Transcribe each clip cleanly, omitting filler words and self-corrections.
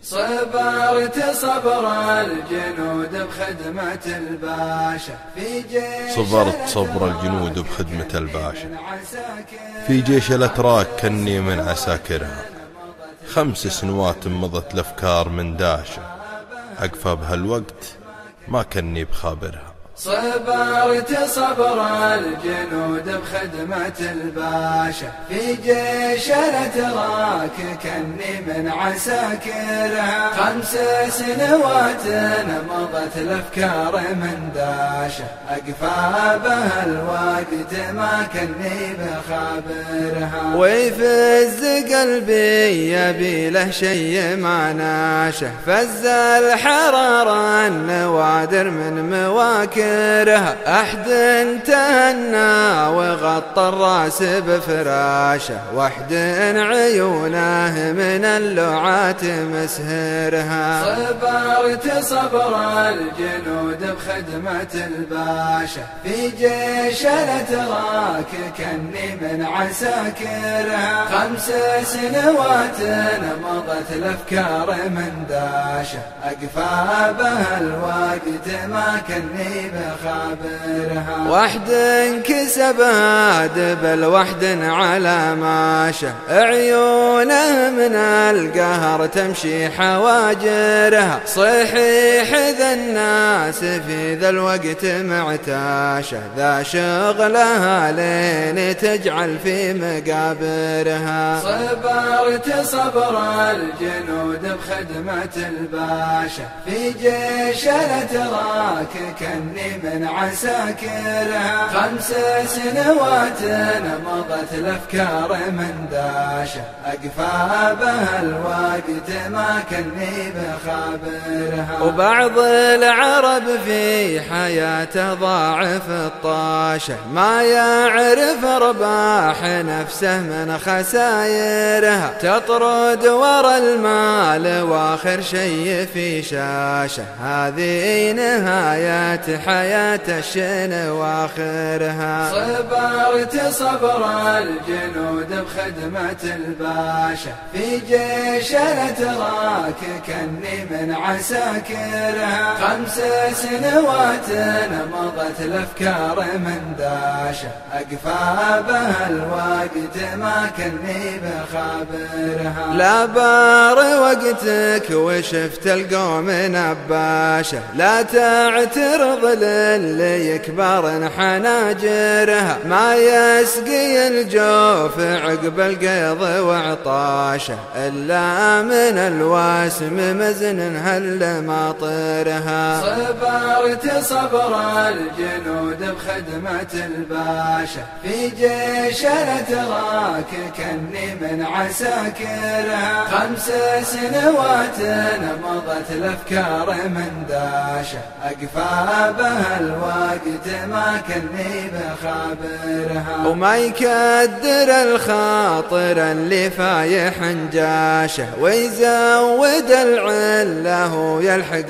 صبرت صبر الجنود بخدمة الباشا في جيش صبرت صبر الجنود بخدمة الباشا في جيش الأتراك كني من عساكرها. 5 سنوات مضت الأفكار من داشة، أقفى بهالوقت ما كني بخابرها. صبرت صبر الجنود بخدمة الباشا في جيش الأتراك كني من عساكرها. 5 سنوات مضت الأفكار من داشة، أقفى بها الوقت ما كني بخابرها. ويفز قلبي يبي له شي ما ناشه، فز الحرارة النوادر من مواكب أحد تهنى وغطى الراس بفراشه، وحد عيونه من اللعات مسهرها. صبرت صبر الجنود بخدمة الباشا في جيش الأتراك كني من عساكرها. 5 سنوات مضت الأفكار من داشة، أقفى بها الوقت ما كني بخابرها. وحد كسبها دبل وحد على ماشه، عيونه من القهر تمشي حواجرها. صحيح ذا الناس في ذا الوقت معتاشه، ذا شغلها لين تجعل في مقابرها. صبرت صبر الجنود بخدمة الباشا في جيش الأتراك كني من عساكرها. 5 سنوات مضت الأفكار من داشة، أقفى بها الوقت ما كني بخابرها. وبعض العرب في حياته ضاعف الطاشة، ما يعرف رباح نفسه من خسايرها. تطرد ورا المال واخر شي في شاشة، هذه نهاية حياة الشين واخرها. صبرت صبر الجنود بخدمة الباشا في جيش الأتراك كني من عساكرها. 5 سنوات مضت الأفكار من داشة، أقفى بها الوقت ما كني بخابرها. لا بار وقتك وشفت القوم نباشة، لا تعترض للي يكبر حناجرها. ما يسقي الجوف عقب القيض وعطاشه، إلا من الواسم مزن هل ماطرها. صبرت صبر الجنود بخدمة الباشا في جيش الأتراك كني من عساكرها. 5 سنوات مضت الأفكار من داشة، أقفى بها الوقت ما كني بخابرها. وما يكدر الخاطر اللي فايح جاشه، ويزود العله ويلحق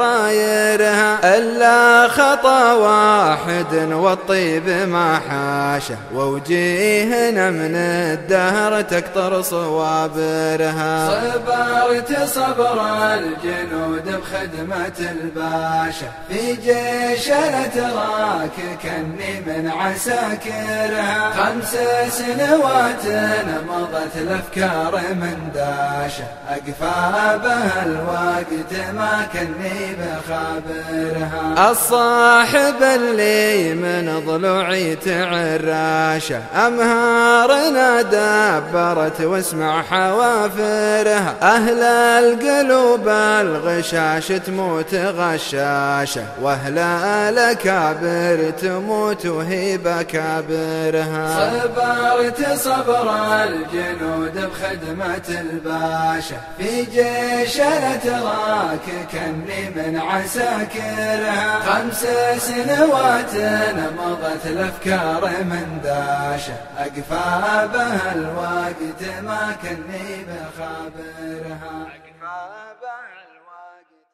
مرايرها. إلا خطا واحد والطيب ما حاشه، ووجيهنا من الدهر تقطر صوابرها. صبرت صبر الجنود بخدمة الباشا في جيش الأتراك كني من عساكرها. 5 سنوات مضت الأفكار من داشة، أقفى بها الوقت ما كني بخابرها. الصاحب اللي من ضلوعي تعراشه، أمهارنا دبرت واسمع حوافرها. أهل القلوب الغشاش تموت غشاشة، واهل الأكابر تموت وهي بكابرها. صبرت صبر الجنود بخدمة الباشا في جيش الأتراك كني من عساكرها. 5 سنوات مضت الأفكار من داشة، أقفى بها الوقت ما كني بخابرها.